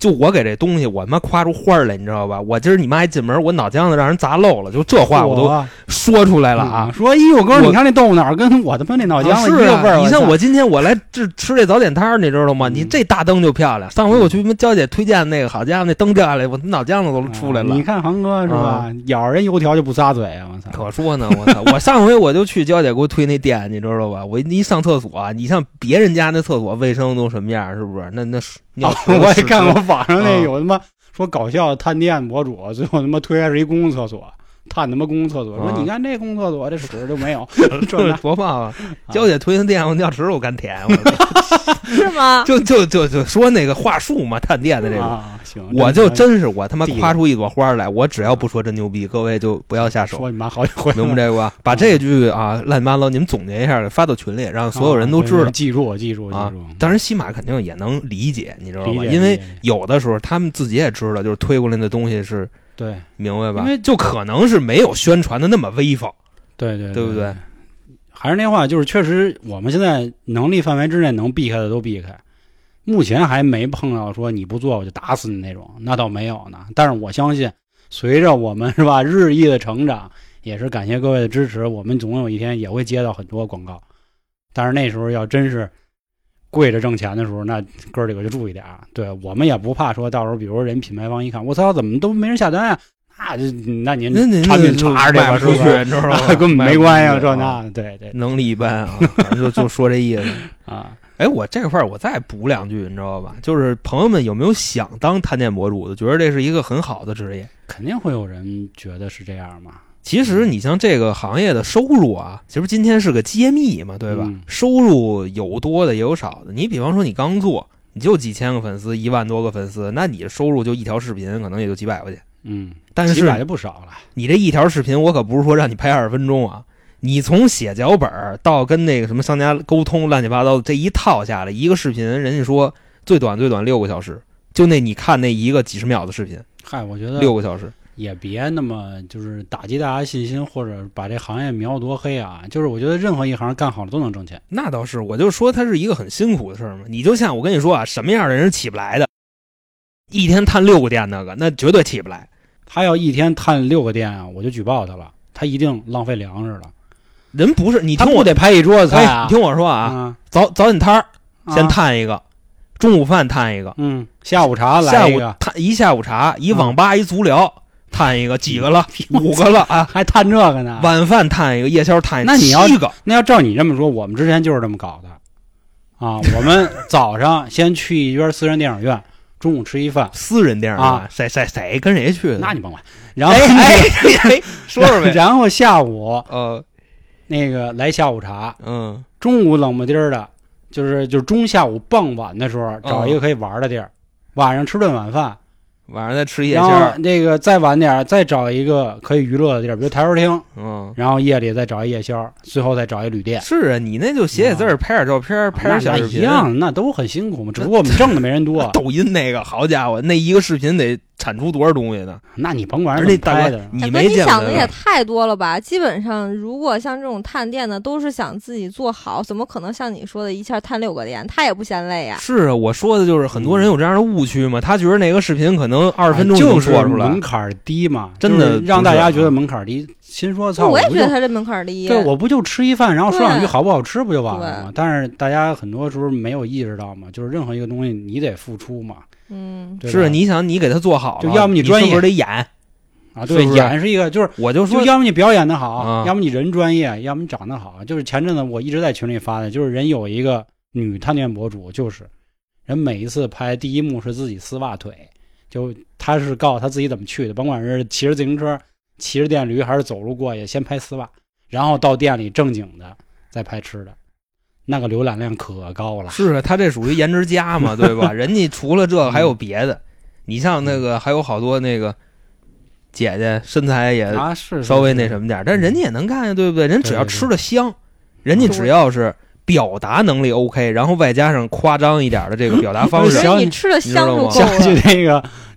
就我给这东西我他妈夸出花来，你知道吧？我今儿你妈一进门，我脑浆子让人砸漏了，就这话我都说出来了啊！ 说哎呦哥，你看那豆腐脑跟我他妈那脑浆子一个味儿。 你像我今天我来吃这早点摊，你知道吗？你这大灯就漂亮。上回我去娇姐推荐那个，好家伙，那灯掉下来，我脑浆子都出来了。 你看航哥是吧？咬人油条就不撒嘴啊！我操！ 可说呢，我操！我上回我就去娇姐给我推那店，你知道吧？我一上厕所，你像别人家那厕所卫生都什么样，是不是？那我也看过网上那有他妈说搞笑探店博主，最后他妈推开是一公共厕所，探他妈公共厕所，说你看这公共厕所这屎就没有， 多棒啊！娇姐推的店我尿池我干甜， 是吗？ 就说那个话术嘛，探店的这个， 行， 我就真是我他妈夸出一朵花来，我只要不说真牛逼，各位就不要下手。 说你妈好几回， 明白这个吧？把这句啊乱七八糟你们总结一下，发到群里，让所有人都知道。 记住啊！ 当然西马肯定也能理解，你知道吧？因为有的时候他们自己也知道，就是推过来的东西是。 对， 明白吧？因为就可能是没有宣传的那么威风， 对不对？ 还是那话，就是确实我们现在能力范围之内能避开的都避开，目前还没碰到说你不做我就打死你那种，那倒没有呢。但是我相信，随着我们是吧日益的成长，也是感谢各位的支持，我们总有一天也会接到很多广告。但是那时候要真是跪着挣钱的时候，那哥几个就注意点啊！对我们也不怕说到时候，比如人品牌方一看，我操，怎么都没人下单啊？那您产品查着这个出去，你知道吗？ 根本没关系，这那对， 能力一般啊，反正就说这意思啊。 哎，我这块我再补两句，你知道吧？就是朋友们有没有想当探店博主的，觉得这是一个很好的职业？ 肯定会有人觉得是这样嘛。 其实你像这个行业的收入啊，其实今天是个揭秘嘛，对吧？收入有多的也有少的。你比方说你刚做，你就几千个粉丝，1万多个粉丝，那你的收入就一条视频可能也就几百块钱。但是几百就不少了。 你这一条视频，我可不是说让你拍20分钟啊，你从写脚本到跟那个什么商家沟通，乱七八糟的这一套下来，一个视频人家说最短6个小时，就那你看那一个几十秒的视频， 嗨，我觉得 6个小时。 也别那么就是打击大家信心，或者把这行业描多黑啊！就是我觉得任何一行干好了都能挣钱。 那倒是，我就说它是一个很辛苦的事儿嘛。你就像我跟你说啊，什么样的人是起不来的？一天探6个店那绝对起不来。 他要一天探6个店啊，我就举报他了，他一定浪费粮食了。 人不是你听我， 他不得拍一桌子菜啊！ 你听我说啊，早点摊儿先探一个。中午饭探一个， 下午茶来一个， 探一下午茶，一网吧一足疗。探一个几个了？5个了啊， 还探这个呢？ 晚饭探一个，夜宵探一个， 那你要 7个。 那要照你这么说，我们之前就是这么搞的啊。我们早上先去一家私人电影院，中午吃一饭。 私人电影院啊？谁跟谁去的？ 那你甭管。然后说说呗。 然后下午那个来下午茶，中午冷不丁的，就是中下午傍晚的时候找一个可以玩的地儿，晚上吃顿晚饭。 晚上再吃夜宵， 然后那个再晚点再找一个可以娱乐的地儿，比如台球厅，然后夜里再找一夜宵，最后再找一旅店。 是啊，你那就写字拍点照片，拍点小视频， 一样，那都很辛苦嘛。只不过我们挣的没人多。 抖音那个，好家伙，那一个视频得产出多少东西呢？ 那你甭管是拍的， 你没见过。 你想的也太多了吧？基本上，如果像这种探店的，都是想自己做好，怎么可能像你说的一下探6个店？他也不嫌累呀。 是啊，我说的就是很多人有这样的误区嘛，他觉得那个视频可能20分钟就做出来， 门槛低嘛， 真的让大家觉得门槛低。心说操， 我也觉得他这门槛低。 对，我不就吃一饭，然后说两句好不好吃不就完了吗？但是大家很多时候没有意识到嘛，就是任何一个东西你得付出嘛。 是你想你给他做好了， 就要么你专业， 是不是得演啊？对，演是一个，就是我就说， 要么你表演的好，要么你人专业，要么你长得好。就是前阵子我一直在群里发的，就是人有一个女探店博主，就是人每一次拍第一幕是自己丝袜腿，就他是告诉他自己怎么去的，甭管是骑着自行车、骑着电驴还是走路过去，先拍丝袜，然后到店里正经的再拍吃的。那个浏览量可高了。 是啊，他这属于颜值家嘛，对吧？人家除了这个还有别的，你像那个还有好多那个姐姐身材也稍微那什么点，但人家也能干，对不对？人只要吃的香，人家只要是表达能力 OK， 然后外加上夸张一点的这个表达方式， 你吃的香就够了。 像那个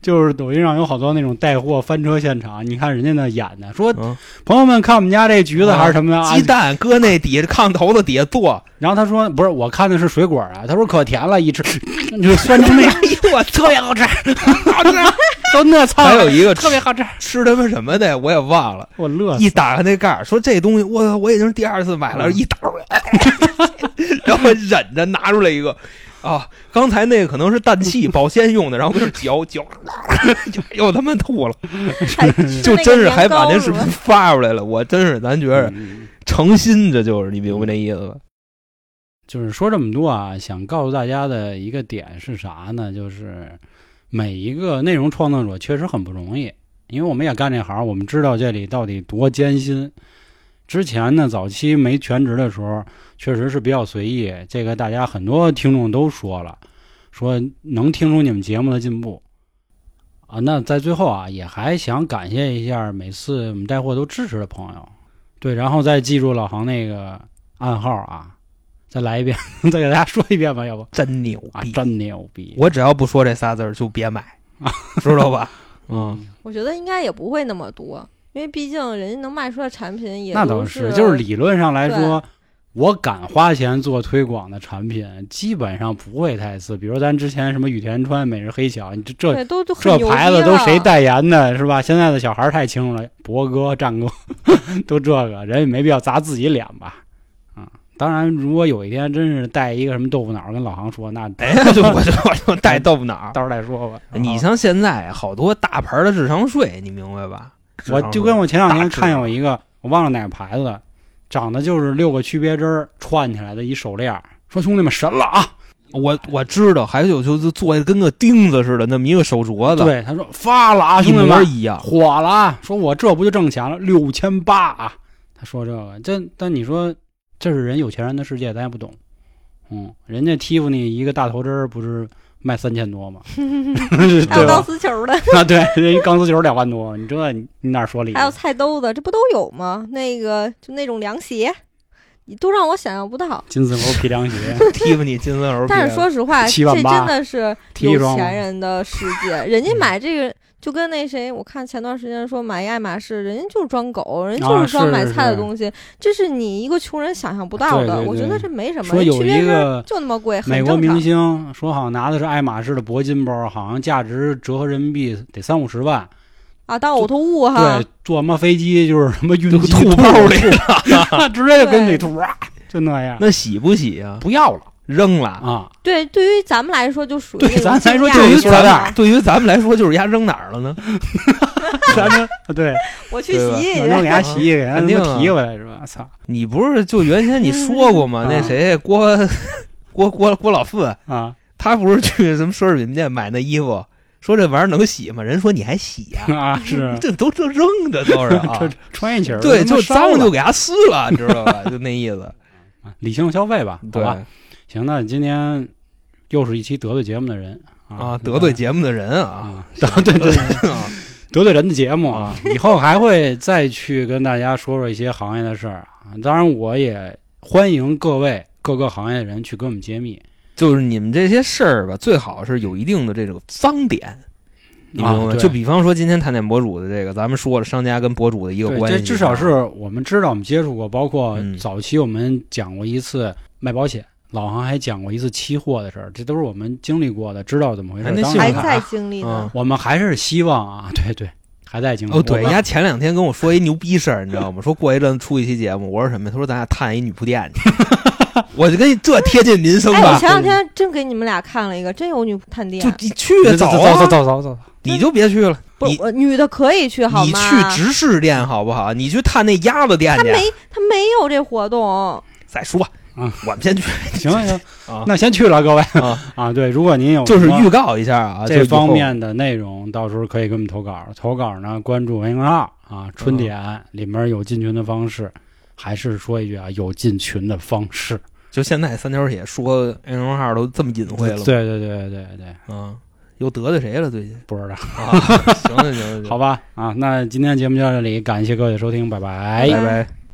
就是抖音上有好多那种带货翻车现场，你看人家那演的，说朋友们看我们家这橘子还是什么鸡蛋搁那底下炕头子底下做， 然后他说不是，我看的是水果啊，他说可甜了，一吃就酸成那样， 我特别好吃，好吃，都那操， 还有一个特别好吃， 吃他妈什么的我也忘了， 我乐死， 一打开那盖儿说这东西我已经是第2次买了，一打然后忍着拿出来一个。啊，刚才那个可能是氮气保鲜用的，然后搁这嚼，又他妈吐了，就真是还把那视频发出来了。我真是，咱觉得诚心，这就是你明白那意思吧？ 就是说这么多啊，想告诉大家的一个点是啥呢？就是每一个内容创作者确实很不容易，因为我们也干这行，我们知道这里到底多艰辛。之前呢，早期没全职的时候，确实是比较随意。这个大家很多听众都说了，说能听出你们节目的进步啊。那在最后啊，也还想感谢一下每次我们带货都支持的朋友。对，然后再记住老航那个暗号啊，再来一遍，再给大家说一遍吧，要不真牛逼、 啊，真牛逼！ 我只要不说这仨字就别买，知道吧？ 我觉得应该也不会那么多。因为毕竟人家能卖出来产品也那倒是，就是理论上来说，我敢花钱做推广的产品，基本上不会太次。比如咱之前什么羽田川、每日黑巧，你这牌子都谁代言的，是吧？现在的小孩太轻了，博哥、战哥都这个，人也没必要砸自己脸吧？啊，当然，如果有一天真是带一个什么豆腐脑跟老航说，那我就带豆腐脑， 到时候再说吧。 你像现在好多大牌的智商税，你明白吧？ 我就跟我前两天看有一个，我忘了哪个牌子了，长得就是6个区别针串起来的一手链，说兄弟们神了啊！ 我知道，还有就是做跟个钉子似的那么一个手镯子。 对，他说发了啊，兄弟们一样火了啊！说我这不就挣钱了，6800啊！他说这个，但你说这是人有钱人的世界，咱也不懂。人家蒂芙尼一个大头针不是卖3000多吗？ 还有钢丝球的啊，对，人一钢丝球2万多，你这你哪说理？ 还有菜兜子，这不都有吗？那个就那种凉鞋，你都让我想象不到。 金丝猴皮凉鞋， 蒂芙尼金丝猴。 但是说实话，这真的是有钱人的世界。人家买这个就跟那谁，我看前段时间说买爱马仕，人家就是装狗，人家就是装买菜的东西，这是你一个穷人想象不到的。 对， 我觉得这没什么。 说有一个就那么贵， 美国明星说好像拿的是爱马仕的铂金包，好像价值折合人民币得30-50万啊，当呕吐物哈。 对，坐什么飞机就是什么晕机吐包里了， 直接就跟里吐啊，就那样。 那洗不洗啊？ 不要了。 扔了啊！ 对，对于咱们来说就属于对咱来说对于咱们来说就是丫扔哪儿了呢？ 咱们对， 我去洗洗， 我给他洗洗，给他提回来是吧？操！ 你不是就原先你说过吗？那谁郭老四啊， 他不是去什么奢侈品店买那衣服，说这玩意儿能洗吗？人说你还洗呀？ 啊，是这都扔着都是啊， 穿一起对，就脏就给他撕了，知道吧？就那意思。 理性消费吧， 对吧？ 行，那今天又是一期得罪节目的人啊， 得罪节目的人啊， 对，得罪人的节目啊，以后还会再去跟大家说说一些行业的事儿啊。当然，我也欢迎各个行业的人去跟我们揭秘， 就是你们这些事儿吧，最好是有一定的这种脏点。你明白吗？就比方说今天探店博主的这个，咱们说了商家跟博主的一个关系， 这至少是我们知道，我们接触过，包括早期我们讲过一次卖保险，老航还讲过一次期货的事儿，这都是我们经历过的，知道怎么回事。 还在经历呢， 我们还是希望啊，对，还在经历。 哦，对，人家前2天跟我说一牛逼事儿，你知道吗？说过一阵出一期节目，我说什么？他说咱俩探一女铺店去。我就跟你这贴近民生吧。 我前2天真给你们俩看了一个，真有女探店。 就你去走，你就别去了。 不，女的可以去好吗？ 你去直视店好不好？你去探那鸭子店去。 他没有这活动。 再说。我们先去， 行，那先去了，各位啊，对，如果您有就是预告一下啊， 这方面的内容，到时候可以给我们投稿。投稿呢，关注微信公众号啊，春点里面有进群的方式。还是说一句啊，有进群的方式。 就现在三条血说微信公众号都这么隐晦了。 对， 又得罪谁了？最近不知道啊。行， 好吧啊，那今天节目就到这里，感谢各位的收听，拜拜， 拜拜。